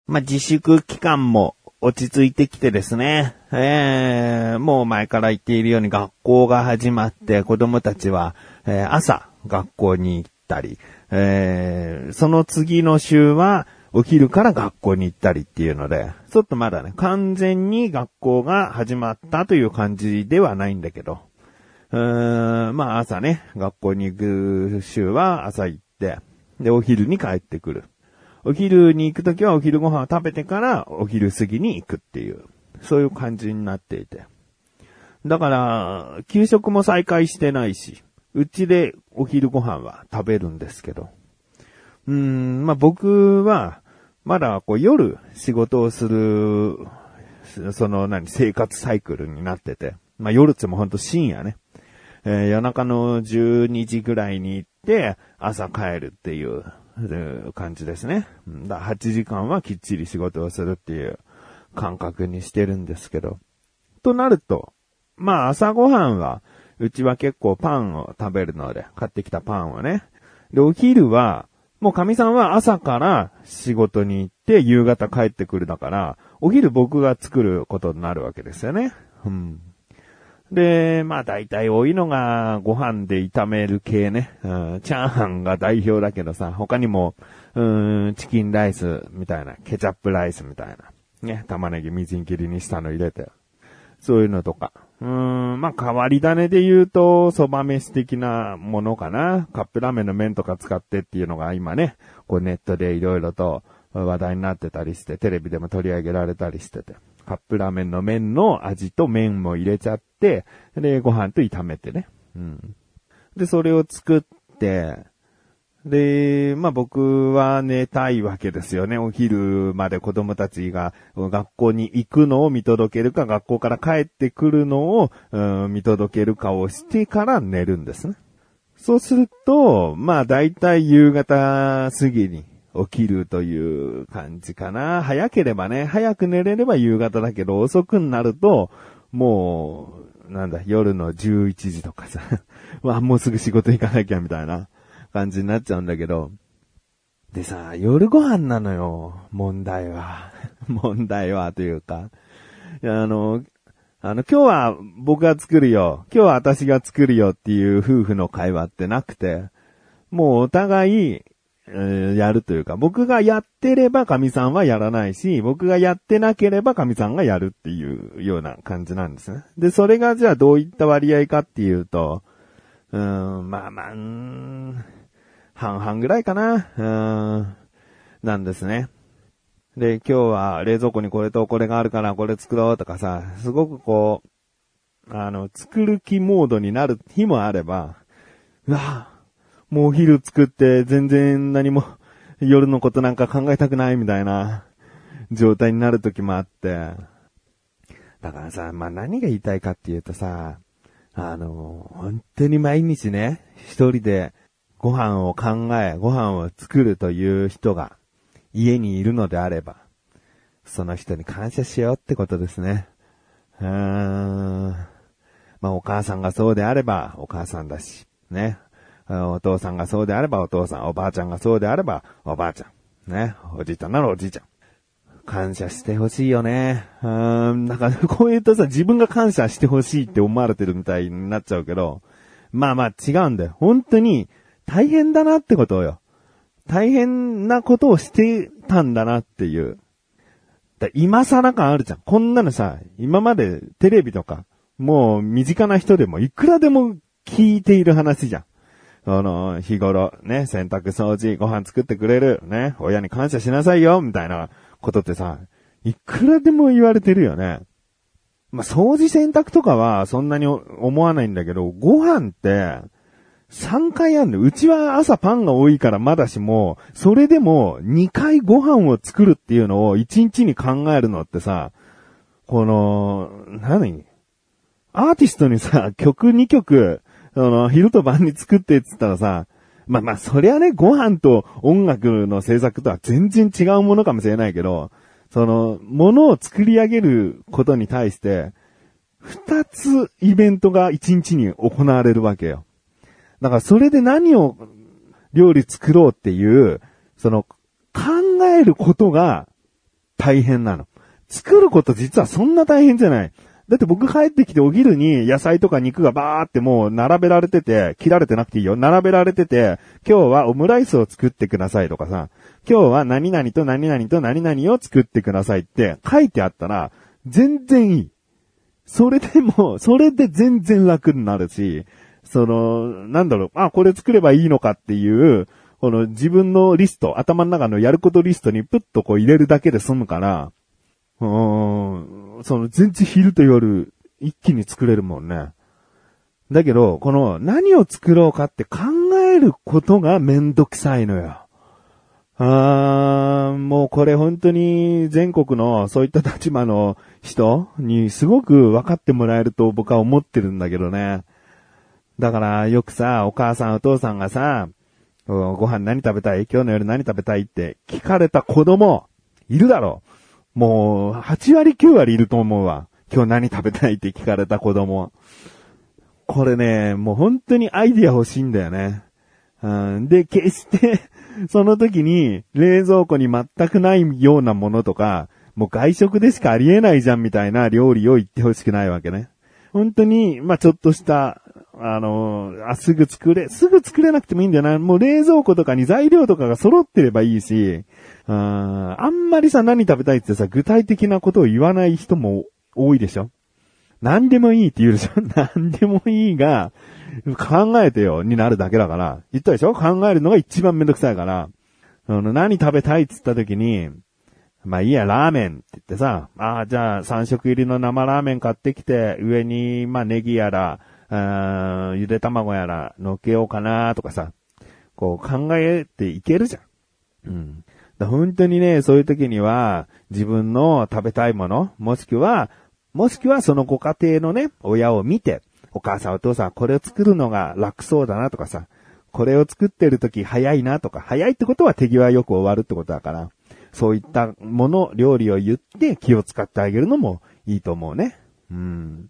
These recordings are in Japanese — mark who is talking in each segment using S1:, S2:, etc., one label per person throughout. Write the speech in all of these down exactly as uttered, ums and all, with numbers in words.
S1: まあ、自粛期間も落ち着いてきてですね、えー、もう前から言っているように学校が始まって子供たちは、えー、朝学校に行ったり、えー、その次の週はお昼から学校に行ったりっていうので、ちょっとまだね、完全に学校が始まったという感じではないんだけど、うーん、まあ朝ね、学校に行く週は朝行って、で、お昼に帰ってくる。お昼に行くときはお昼ご飯を食べてからお昼過ぎに行くっていう、そういう感じになっていて。だから、給食も再開してないし、うちでお昼ご飯は食べるんですけど。うーん、まあ僕は、まだこう夜仕事をする、その何、生活サイクルになってて。まあ夜ってもほんと深夜ね。えー、夜中のじゅうにじぐらいに行って朝帰るっていう感じですね。だはちじかんはきっちり仕事をするっていう感覚にしてるんですけど。となると、まあ朝ごはんは、うちは結構パンを食べるので、買ってきたパンをね。で、お昼は、もう神さんは朝から仕事に行って夕方帰ってくるだから、お昼僕が作ることになるわけですよね。うん。で、まあ大体多いのがご飯で炒める系ね、うん。チャーハンが代表だけどさ、他にも、うーん、チキンライスみたいな、ケチャップライスみたいな。ね、玉ねぎみじん切りにしたの入れて。そういうのとか。うーん、まあ変わり種で言うと、蕎麦飯的なものかな。カップラーメンの麺とか使ってっていうのが今ね、こうネットでいろいろと話題になってたりして、テレビでも取り上げられたりしてて。カップラーメンの麺の味と麺も入れちゃって、で、ご飯と炒めてね。うん。で、それを作って、で、まあ僕は寝たいわけですよね。お昼まで子供たちが学校に行くのを見届けるか、学校から帰ってくるのを、うん、見届けるかをしてから寝るんですね。そうすると、まあ大体夕方過ぎに起きるという感じかな。早ければね、早く寝れれば夕方だけど、遅くになると、もう、なんだ、夜のじゅういちじとかさ、わ、もうすぐ仕事行かなきゃみたいな感じになっちゃうんだけど。でさ、夜ご飯なのよ、問題は。問題はというか。いや、あの、あの、今日は僕が作るよ、今日は私が作るよっていう夫婦の会話ってなくて、もうお互い、えー、やるというか、僕がやってれば神さんはやらないし、僕がやってなければ神さんがやるっていうような感じなんですね。で、それがじゃあどういった割合かっていうと、うーん、まあまあ、うーん、半々ぐらいかな、うーん、なんですね。で、今日は冷蔵庫にこれとこれがあるからこれ作ろうとかさ、すごくこう、あの、作る気モードになる日もあれば、うわぁ、もうお昼作って全然何も夜のことなんか考えたくないみたいな状態になる時もあって。だからさ、まあ何が言いたいかっていうとさ、あの、本当に毎日ね、一人でご飯を考え、ご飯を作るという人が家にいるのであれば、その人に感謝しようってことですね。うーん。まあお母さんがそうであればお母さんだし、ね。お父さんがそうであればお父さん、おばあちゃんがそうであればおばあちゃん。ね。おじいちゃんならおじいちゃん。感謝してほしいよね。うーん。なんかこう言うとさ、自分が感謝してほしいって思われてるみたいになっちゃうけど、まあまあ違うんだよ。本当に大変だなってことよ。大変なことをしてたんだなっていう。だ今更感あるじゃん。こんなのさ、今までテレビとか、もう身近な人でもいくらでも聞いている話じゃん。その、日頃、ね、洗濯掃除、ご飯作ってくれる、ね、親に感謝しなさいよ、みたいなことってさ、いくらでも言われてるよね。まあ、掃除洗濯とかはそんなに思わないんだけど、ご飯って、さんかいあるの。うちは朝パンが多いからまだしも、それでもにかいご飯を作るっていうのをいちにちに考えるのってさ、この、何アーティストにさ、曲にきょく、その、昼と晩に作ってって言ったらさ、まあまあ、そりゃね、ご飯と音楽の制作とは全然違うものかもしれないけど、その、ものを作り上げることに対して、二つイベントが一日に行われるわけよ。だからそれで何を料理作ろうっていう、その、考えることが大変なの。作ること実はそんな大変じゃない。だって僕帰ってきてお昼に野菜とか肉がバーってもう並べられてて、切られてなくていいよ。並べられてて、今日はオムライスを作ってくださいとかさ、今日は何々と何々と何々を作ってくださいって書いてあったら、全然いい。それでも、それで全然楽になるし、その、なんだろう、あ、これ作ればいいのかっていう、この自分のリスト、頭の中のやることリストにプッとこう入れるだけで済むから、うーん、その全然昼と夜一気に作れるもんね。だけど、この何を作ろうかって考えることがめんどくさいのよ。あー、もうこれ本当に全国のそういった立場の人にすごく分かってもらえると僕は思ってるんだけどね。だからよくさ、お母さんお父さんがさ、ご飯何食べたい？今日の夜何食べたいって聞かれた子供いるだろう。もう、はちわりきゅうわりいると思うわ。今日何食べたいって聞かれた子供。これね、もう本当にアイディア欲しいんだよね。うん、で、決して、その時に冷蔵庫に全くないようなものとか、もう外食でしかありえないじゃんみたいな料理を言ってほしくないわけね。本当に、まあ、ちょっとした、あのー、あ、すぐ作れ、すぐ作れなくてもいいんだよな。もう冷蔵庫とかに材料とかが揃ってればいいし、あ, あんまりさ、何食べたいってさ、具体的なことを言わない人も多いでしょ？何でもいいって言うでしょ？何でもいいが、考えてよ、になるだけだから。言ったでしょ？考えるのが一番めんどくさいから。あの、何食べたいって言った時に、まあいいや、ラーメンって言ってさ、ああ、じゃあさん食入りの生ラーメン買ってきて、上に、まあネギやら、あゆで卵やら乗っけようかなとかさ、こう考えていけるじゃん。うん。だ本当にね、そういう時には、自分の食べたいもの、もしくは、もしくはそのご家庭のね、親を見て、お母さんお父さんこれを作るのが楽そうだなとかさ、これを作ってる時早いなとか、早いってことは手際よく終わるってことだから、そういったもの、料理を言って気を使ってあげるのもいいと思うね。うん。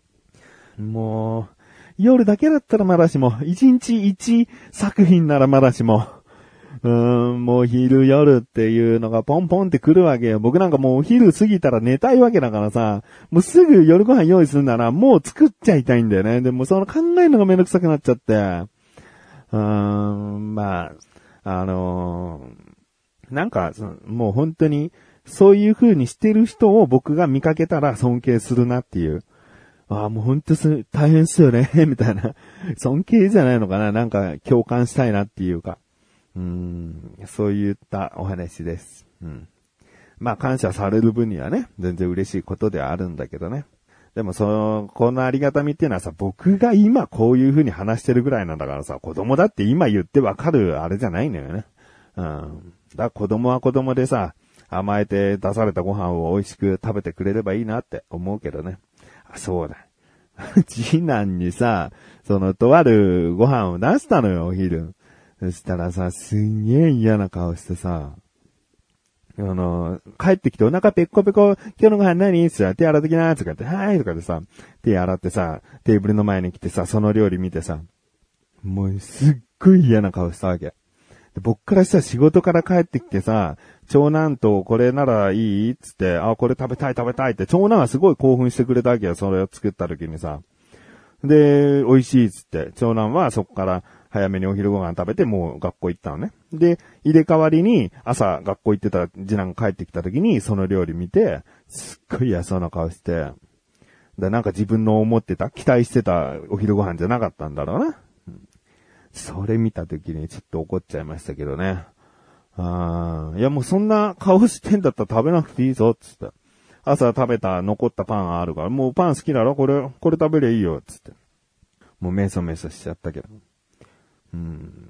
S1: もう、夜だけだったらまだしも、一日一作品ならまだしも、うーん、もう昼夜っていうのがポンポンって来るわけよ。僕なんかもうお昼過ぎたら寝たいわけだからさ、もうすぐ夜ご飯用意するならもう作っちゃいたいんだよね。でもその考えるのがめんどくさくなっちゃって。うーん、まあ、あのー、なんか、もう本当にそういう風にしてる人を僕が見かけたら尊敬するなっていう。ああ、もう本当す、大変っすよね、みたいな。尊敬じゃないのかな。なんか共感したいなっていうか。うーん、そういったお話です。うん。まあ感謝される分にはね、全然嬉しいことではあるんだけどね。でもその、このありがたみっていうのはさ、僕が今こういう風に話してるぐらいなんだからさ、子供だって今言ってわかるあれじゃないのよね。うん。だから子供は子供でさ、甘えて出されたご飯を美味しく食べてくれればいいなって思うけどね。あ、そうだ。次男にさ、そのとあるご飯を出したのよ、お昼。そしたらさ、すんげえ嫌な顔してさ、あの、帰ってきてお腹ペッコペコ、今日のご飯何ってさ、手洗ってきなーとかって、はーいとかでさ、手洗ってさ、テーブルの前に来てさ、その料理見てさ、もうすっごい嫌な顔したわけ。で僕からしたら仕事から帰ってきてさ、長男とこれならいいっつって、あ、これ食べたい食べたいって、長男はすごい興奮してくれたわけよ、それを作った時にさ。で、美味しいっつって、長男はそこから早めにお昼ご飯食べてもう学校行ったのね。で、入れ替わりに朝学校行ってた次男が帰ってきた時にその料理見て、すっごい嫌そうな顔して、で、なんか自分の思ってた、期待してたお昼ご飯じゃなかったんだろうな。それ見た時にちょっと怒っちゃいましたけどね。あいやもうそんな顔してんだったら食べなくていいぞ、つって。朝食べた残ったパンあるから、もうパン好きだろこれ、これ食べりゃいいよ、つって。もうメソメソしちゃったけど。うん。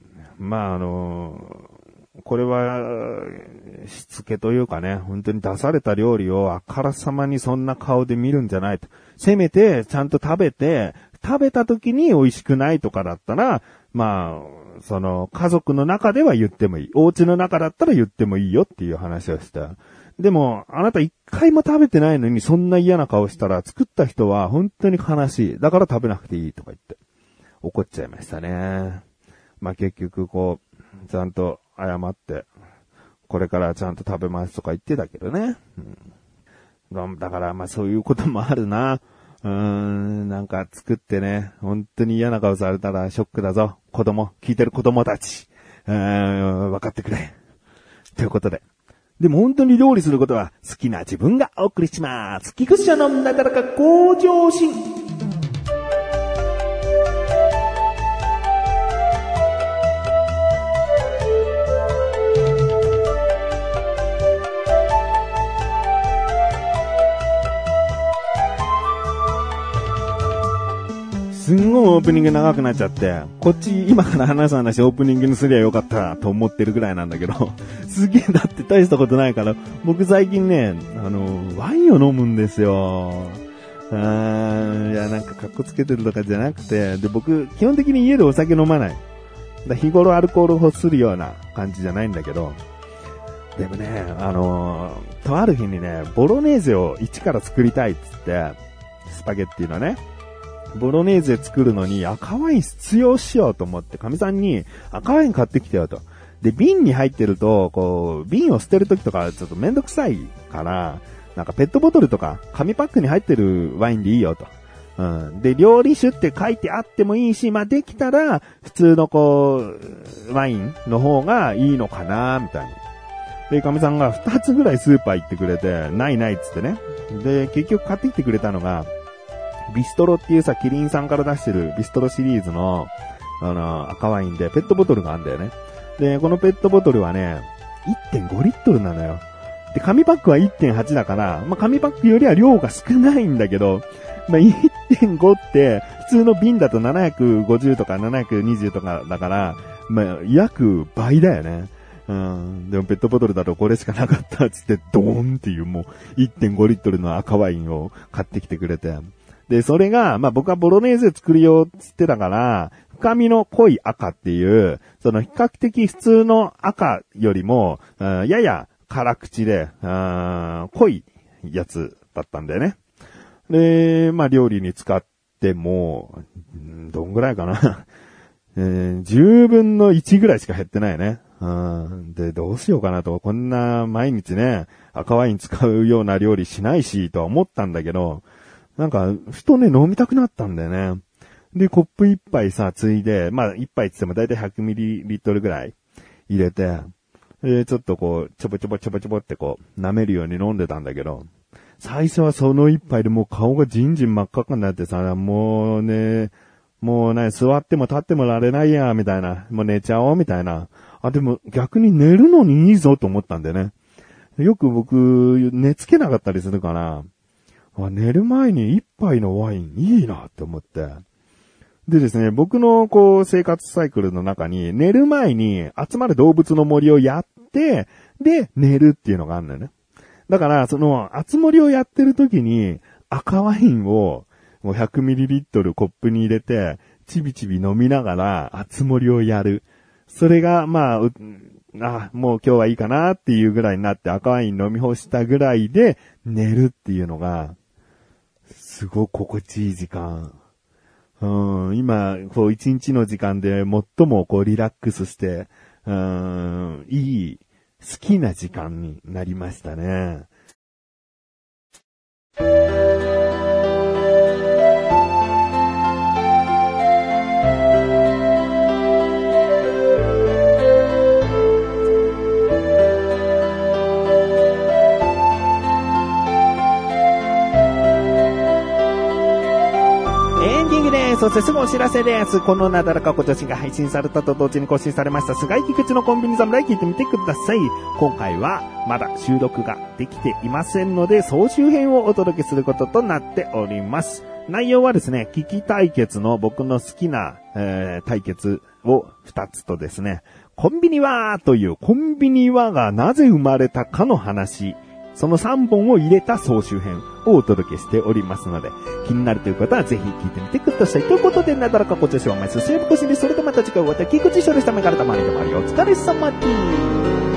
S1: まああのー、これは、しつけというかね、本当に出された料理をあからさまにそんな顔で見るんじゃないと。せめて、ちゃんと食べて、食べた時に美味しくないとかだったら、まあ、その、家族の中では言ってもいい。お家の中だったら言ってもいいよっていう話をした。でも、あなた一回も食べてないのにそんな嫌な顔したら、作った人は本当に悲しい。だから食べなくていいとか言って。怒っちゃいましたね。まあ結局こう、ちゃんと謝って、これからちゃんと食べますとか言ってたけどね。うんだからまあそういうこともあるな。うーん、なんか作ってね、本当に嫌な顔されたらショックだぞ。子供、聞いてる子供たち。うーん、分かってくれ。ということで。でも本当に料理することは好きな自分がお送りします。菊池社のなだらか向上心。すんごいオープニング長くなっちゃって、こっち今から話す話オープニングにすりゃよかったと思ってるぐらいなんだけど、すげえだって大したことないから、僕最近ね、あの、ワインを飲むんですよ。あーいや、なんかカッコつけてるとかじゃなくて、で、僕、基本的に家でお酒飲まない。だ日頃アルコールを欲するような感じじゃないんだけど、でもね、あのー、とある日にね、ボロネーゼを一から作りたいっつって、スパゲッティのね、ボロネーゼ作るのに赤ワイン必要しようと思って、かみさんに赤ワイン買ってきてよと。で、瓶に入ってると、こう、瓶を捨てるときとかちょっとめんどくさいから、なんかペットボトルとか紙パックに入ってるワインでいいよと。うん。で、料理酒って書いてあってもいいし、まあ、できたら、普通のこう、ワインの方がいいのかな、みたいな。で、かみさんがふたつぐらいスーパー行ってくれて、ないないっつってね。で、結局買ってきてくれたのが、ビストロっていうさ、キリンさんから出してるビストロシリーズの、あの、赤ワインでペットボトルがあるんだよね。で、このペットボトルはね、いってんごリットルなのよ。で、紙パックは いってんはち だから、まあ、紙パックよりは量が少ないんだけど、まあ、いってんご って、普通の瓶だとななひゃくごじゅうとかななひゃくにじゅうとかだから、まあ、約倍だよね。うん。でもペットボトルだとこれしかなかったっつって、ドーンっていうもう いってんごリットルの赤ワインを買ってきてくれて。で、それが、まあ、僕はボロネーゼ作るよって言ってたから、深みの濃い赤っていう、その比較的普通の赤よりも、やや辛口で、濃いやつだったんだよね。で、まあ、料理に使っても、どんぐらいかな。えー、じゅうぶんのいちぐらいしか減ってないね。うん、で、どうしようかなと。こんな毎日ね、赤ワイン使うような料理しないし、とは思ったんだけど、なんか、ふとね、飲みたくなったんだよね。で、コップ一杯さ、ついで、まあ、一杯って言ってもだいたいひゃくミリリットルぐらい入れて、で、ちょっとこう、ちょぼちょぼちょぼちょぼってこう、舐めるように飲んでたんだけど、最初はその一杯でもう顔がじんじん真っ赤っかになってさ、もうね、もうね、座っても立ってもられないや、みたいな。もう寝ちゃおう、みたいな。あ、でも逆に寝るのにいいぞと思ったんだよね。よく僕、寝つけなかったりするから、寝る前に一杯のワインいいなって思って。でですね、僕のこう生活サイクルの中に寝る前に集まる動物の森をやって、で寝るっていうのがあるんだよね。だからその集まりをやってる時に赤ワインをもう ひゃくミリリットル コップに入れてちびちび飲みながら集まりをやる。それがまあ、あ、もう今日はいいかなっていうぐらいになって赤ワイン飲み干したぐらいで寝るっていうのがすごく心地いい時間。うん、今、こう一日の時間で最もこうリラックスして、うん、いい、好きな時間になりましたね。そしてすぐお知らせです。このなだらかご女子が配信されたと同時に更新されました菅井菊池のコンビニ侍聞いてみてください。今回はまだ収録ができていませんので総集編をお届けすることとなっております。内容はですね、聞き対決の僕の好きな、えー、対決をふたつとですね、コンビニはというコンビニはがなぜ生まれたかの話、そのさんぼんを入れた総集編をお届けしておりますので、気になるという方はぜひ聞いてみてください。ということで、なだらかご女子は毎週水曜日更新です。それでまた次回お会いでき、菊池処理したメガネたまりでもありお疲れ様です。